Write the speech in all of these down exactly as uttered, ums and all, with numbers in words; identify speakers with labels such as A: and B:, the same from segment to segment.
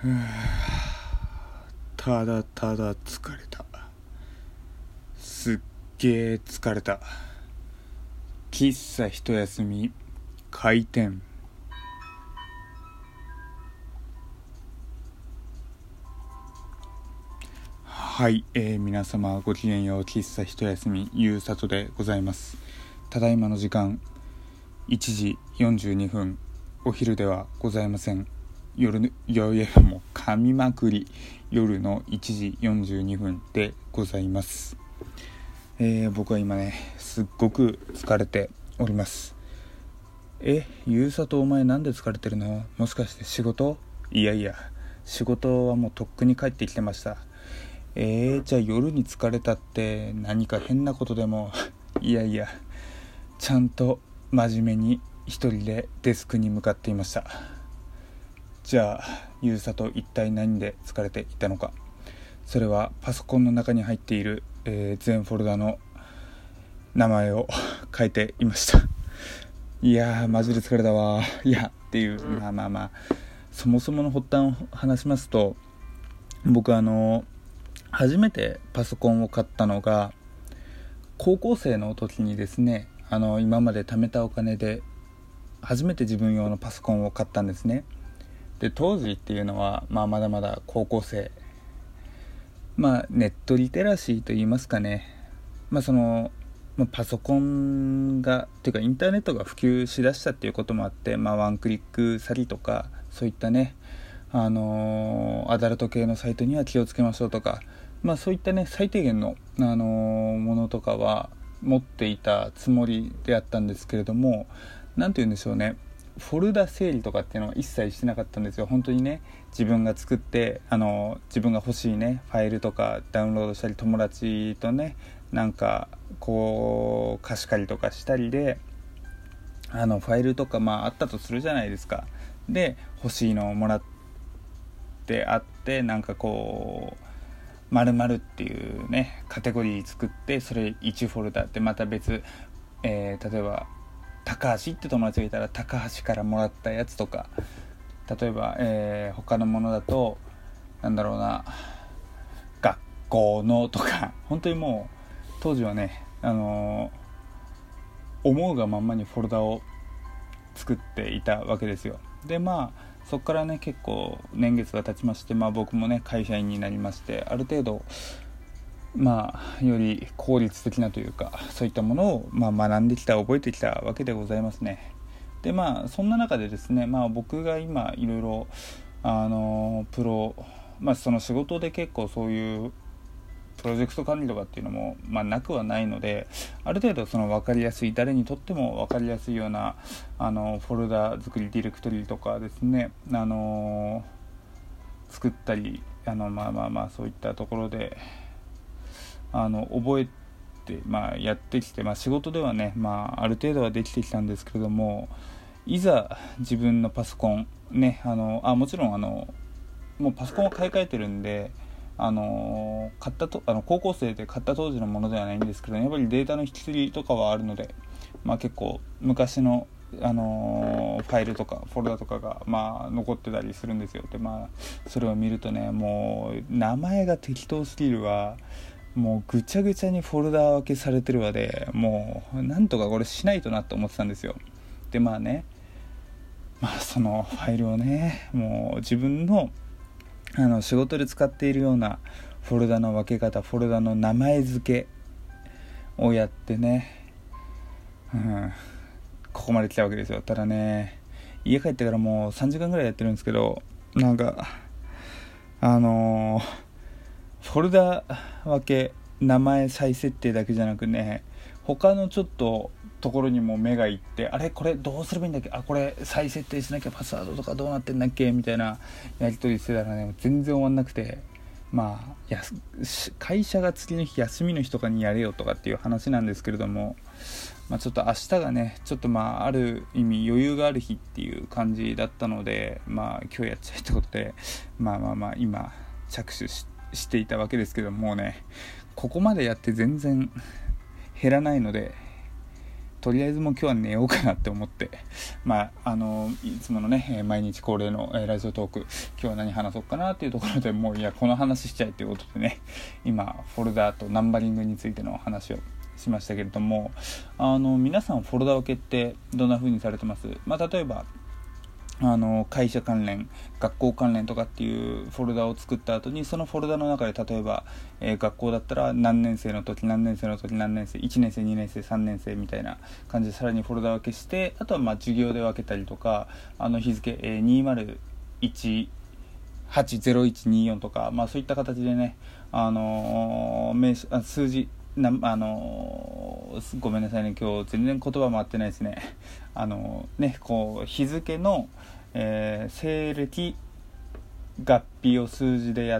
A: ふぅただただ疲れた。すっげえ疲れた。喫茶一休み開店。はい、えー、皆様ごきげんよう。喫茶一休みゆうさとでございます。ただいまの時間いちじよんじゅうにふん、お昼ではございません。夜の夜もう噛みまくり夜のいちじよんじゅうにふんでございます。えー、僕は今ねすっごく疲れております。え、ゆうさとお前なんで疲れてるの？もしかして仕事？いやいや、仕事はもうとっくに帰ってきてました。えー、じゃあ夜に疲れたって何か変なことでもいやいや、ちゃんと真面目に一人でデスクに向かっていました。じゃあゆうさと一体何で疲れていたのか。それはパソコンの中に入っている、えー、全フォルダの名前を変えていました。いやーマジで疲れたわ。いやっていう、まあまあまあそもそもの発端を話しますと、僕あの初めてパソコンを買ったのが高校生の時にですね、あの今まで貯めたお金で初めて自分用のパソコンを買ったんですね。で当時っていうのは、まあ、まだまだ高校生、まあネットリテラシーといいますかね、まあその、まあ、パソコンがっていうかインターネットが普及しだしたっていうこともあって、まあワンクリック詐欺とかそういったね、あのー、アダルト系のサイトには気をつけましょうとか、まあそういったね最低限の、あのー、ものとかは持っていたつもりであったんですけれども、なんて言うんでしょうね、フォルダ整理とかっていうのは一切してなかったんですよ。本当にね、自分が作ってあの自分が欲しいねファイルとかダウンロードしたり、友達とねなんかこう貸し借りとかしたりで、あのファイルとかまああったとするじゃないですか。で欲しいのをもらってあって、なんかこう〇〇っていうねカテゴリー作って、それいちフォルダでまた別、えー、例えば高橋って友達がいたら高橋からもらったやつとか、例えば、えー、他のものだとなんだろうな、学校のとか、本当にもう当時はね、あのー、思うがまんまにフォルダを作っていたわけですよ。でまあそこからね結構年月が経ちまして、まあ僕もね会社員になりまして、ある程度まあより効率的なというかそういったものを、まあ、学んできた覚えてきたわけでございますね。でまあそんな中でですね、まあ僕が今いろいろあのプロ、まあその仕事で結構そういうプロジェクト管理とかっていうのも、まあ、なくはないので、ある程度その分かりやすい、誰にとっても分かりやすいようなあのフォルダ作り、ディレクトリとかですね、あの作ったり、あのまあまあまあそういったところであの覚えて、まあ、やってきて、まあ、仕事ではね、まあ、ある程度はできてきたんですけれども、いざ自分のパソコンね、あのあもちろんあのもうパソコンを買い替えてるんで、あの買ったとあの高校生で買った当時のものではないんですけど、やっぱりデータの引き継ぎとかはあるので、まあ、結構昔のあのファイルとかフォルダとかがまあ残ってたりするんですよ。でまあそれを見るとね、もう名前が適当すぎるわ、もうぐちゃぐちゃにフォルダ分けされてるわで、もうなんとかこれしないとなって思ってたんですよ。でまあね、まあそのファイルをね、もう自分のあの仕事で使っているようなフォルダの分け方、フォルダの名前付けをやってね、うん、ここまで来たわけですよ。ただね、家帰ってからもうさんじかんぐらいやってるんですけど、なんかあのー、フォルダ分け、名前再設定だけじゃなくね、他のちょっとところにも目がいって、あれこれどうすればいいんだっけ、あこれ再設定しなきゃ、パスワードとかどうなってんだっけみたいなやり取りしてたらね、全然終わんなくて、まあや会社が次の日休みの日とかにやれよとかっていう話なんですけれども、まあ、ちょっと明日がねちょっとまあある意味余裕がある日っていう感じだったので、まあ今日やっちゃえってことで、まあまあまあ今着手 し, していたわけですけどもね、ここまでやって全然減らないので、 とりあえずもう今日は寝ようかなって思って、まああのいつものね毎日恒例のラジオトーク、今日は何話そうかなっていうところで、もういやこの話しちゃえっていうことでね、今フォルダとナンバリングについての話をしましたけれども、あの皆さんフォルダ分けってどんな風にされてます？まあ例えばあの会社関連、学校関連とかっていうフォルダを作った後に、そのフォルダの中で例えば、えー、学校だったら何年生の時何年生の時何年生いちねん生にねん生さんねん生みたいな感じでさらにフォルダ分けして、あとはまあ授業で分けたりとか、あの日付、えー、にせんじゅうはち ゼロいちによんとか、まあそういった形でね、あのー、名あ数字なあのー、ごめんなさいね、今日全然言葉回ってないですね。あのー、ねこう日付の、えー、西暦合併を数字でやって、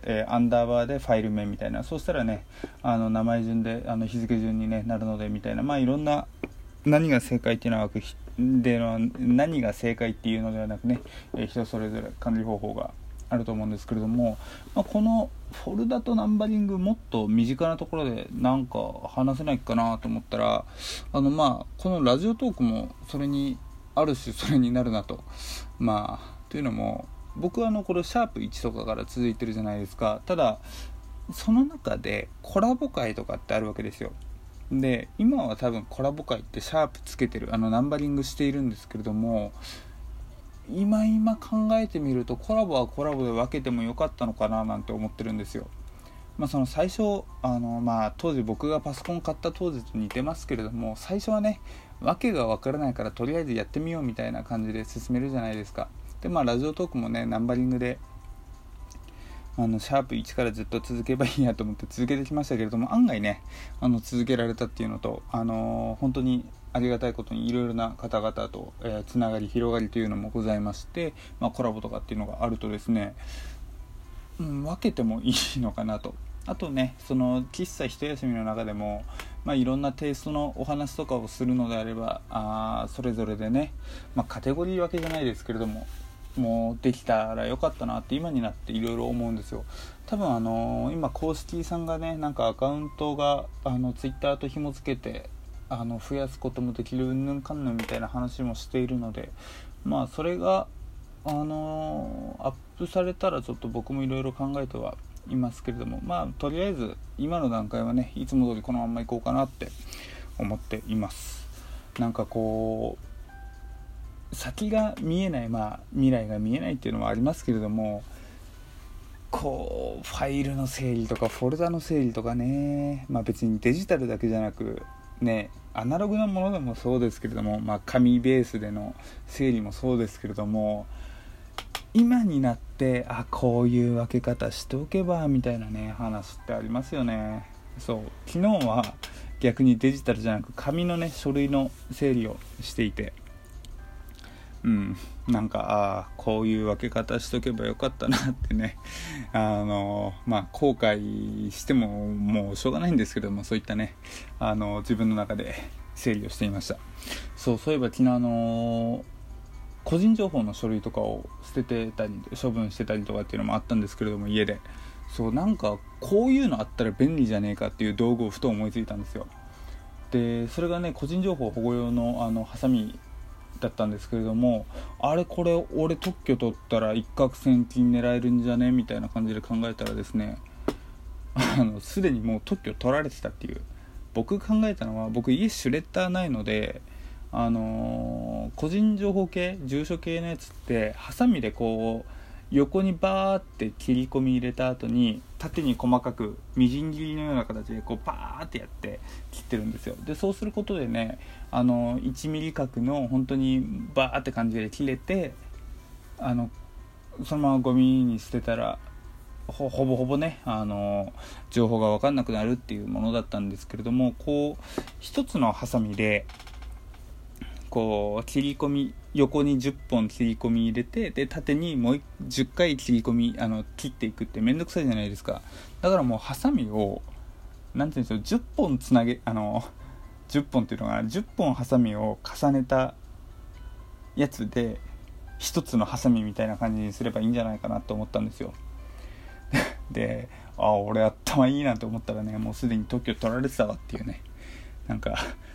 A: えー、アンダーバーでファイル名みたいな、そうしたらねあの名前順であの日付順に、ね、なるのでみたいな、まあいろんな何が正解っていうのはでの何が正解っていうのではなくね、えー、人それぞれ管理方法があると思うんですけれども、まあ、このフォルダとナンバリングもっと身近なところでなんか話せないかなと思ったら、あのまあこのラジオトークもそれにある種それになるなと。まあというのも僕はあのこれシャープいちとかから続いてるじゃないですか。ただその中でコラボ会とかってあるわけですよ。で今は多分コラボ会ってシャープつけてる、あのナンバリングしているんですけれども、今今考えてみるとコラボはコラボで分けてもよかったのかななんて思ってるんですよ。まあその最初あのまあ当時僕がパソコン買った当時と似てますけれども、最初はね訳が分からないからとりあえずやってみようみたいな感じで進めるじゃないですか。でまあラジオトークもねナンバリングであのシャープいちからずっと続けばいいやと思って続けてきましたけれども、案外ねあの続けられたっていうのと、あのー、本当にありがたいことにいろいろな方々と、えー、つながり広がりというのもございまして、まあ、コラボとかっていうのがあるとですね、うん、分けてもいいのかなと。あとねその喫茶一休みの中でも、まあ、いろんなテイストのお話とかをするのであれば、あそれぞれでね、まあ、カテゴリー分けじゃないですけれどももうできたらよかったなって今になっていろいろ思うんですよ。多分あのー、今公式さんがねなんかアカウントがあのツイッターと紐付けてあの増やすこともできるうんぬんかんぬんみたいな話もしているので、まあそれがあのー、アップされたらちょっと僕もいろいろ考えてはいますけれども、まあとりあえず今の段階はねいつも通りこのまんまいこうかなって思っています。なんかこう先が見えない、まあ未来が見えないっていうのはありますけれども、こうファイルの整理とかフォルダの整理とかね、まあ別にデジタルだけじゃなくねアナログなものでもそうですけれども、まあ紙ベースでの整理もそうですけれども、今になってあこういう分け方しておけばみたいなね話ってありますよね。そう昨日は逆にデジタルじゃなく紙のね書類の整理をしていて、うんなんかあこういう分け方しとけばよかったなってねあのまあ後悔してももうしょうがないんですけども、そういったねあの自分の中で整理をしていました。そうそういえば昨日あの個人情報の書類とかを捨ててたり処分してたりとかっていうのもあったんですけれども、家でそうなんかこういうのあったら便利じゃねえかっていう道具をふと思いついたんですよ。でそれがね個人情報保護用のあのハサミだったんですけれども、あれこれ俺特許取ったら一攫千金狙えるんじゃねみたいな感じで考えたらですね、あのすでにもう特許取られてたっていう。僕考えたのは、僕家シュレッダーないのであのー、個人情報系住所系のやつってハサミでこう横にバーって切り込み入れた後に縦に細かくみじん切りのような形でこうバーってやって切ってるんですよ。でそうすることでねあのいちミリ角の本当にバーって感じで切れて、あのそのままゴミに捨てたら ほ, ほぼほぼねあの情報が分かんなくなるっていうものだったんですけれども、こう一つのハサミでこう切り込み横にじゅっぽん切り込み入れて、で縦にもうじゅっかい切り込みあの切っていくってめんどくさいじゃないですか。だからもうハサミをなんていうんですよ、じゅっぽんつなげあのじゅっぽんっていうのがじゅっぽんハサミを重ねたやつで一つのハサミみたいな感じにすればいいんじゃないかなと思ったんですよ。であ俺頭いいなと思ったらねもうすでに特許取られてたわっていうね、なんか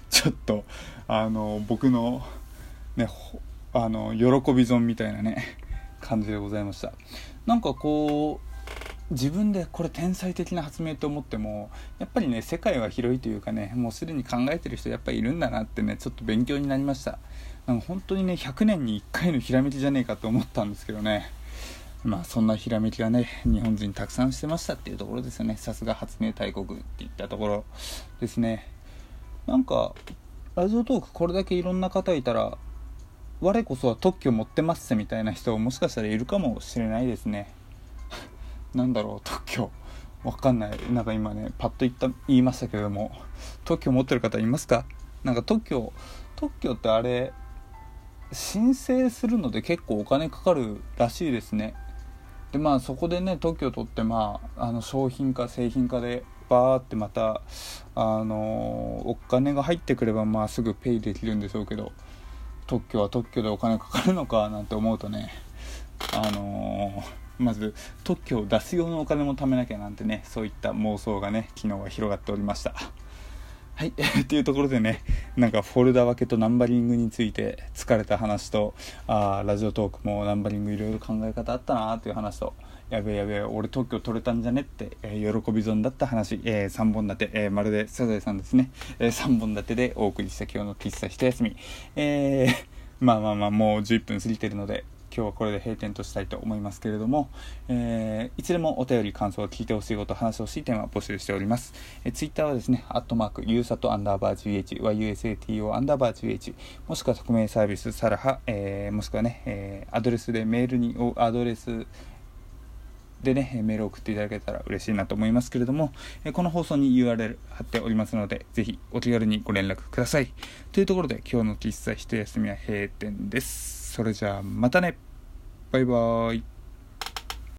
A: ちょっとあの僕のねあの喜び損みたいなね感じでございました。なんかこう自分でこれ天才的な発明と思ってもやっぱりね世界は広いというかね、もうすでに考えてる人やっぱりいるんだなってねちょっと勉強になりました。なんか本当にねひゃくねんにいっかいのひらめきじゃねえかと思ったんですけどね、まあそんなひらめきがね日本人たくさんしてましたっていうところですよね。さすが発明大国っていったところですね。なんかラジオトークこれだけいろんな方いたら我こそは特許持ってますみたいな人もしかしたらいるかもしれないですね。なんだろう特許わかんない。なんか今ねパッと言った言いましたけれども、特許持ってる方いますか？なんか特許特許ってあれ申請するので結構お金かかるらしいですね。でまあそこでね特許取ってまああの商品化製品化でバーってまたあのお金が入ってくればまあすぐペイできるんでしょうけど、特許は特許でお金かかるのかなんて思うとね、あのーまず特許を出す用のお金も貯めなきゃなんてね、そういった妄想がね昨日は広がっておりました。はいというところでね、なんかフォルダ分けとナンバリングについて疲れた話と、あラジオトークもナンバリングいろいろ考え方あったなという話と、やべえやべえ俺特許取れたんじゃねって、えー、喜び損だった話、えー、さんぼん立て、えー、まるでサザエさんですね、えー、さんぼん立てでお送りした今日の喫茶一休み、えー、まあまあまあもうじゅっぷん過ぎてるので今日はこれで閉店としたいと思いますけれども、えー、いつでもお便り感想を聞いてほしいこと話してほしいテーマを募集しております。えー、ツイッターはですねアットマークユーサトアンダーバー ジーエイチ ユーエスエーティーオー アンダーバー ジーエイチ もしくは匿名サービスサラハ、えー、もしくはね、えー、アドレスでメールにアドレスでねメールを送っていただけたら嬉しいなと思いますけれども、この放送に ユーアールエル 貼っておりますのでぜひお気軽にご連絡ください。というところで今日の喫茶一休みは閉店です。それじゃあまたね、バイバーイ。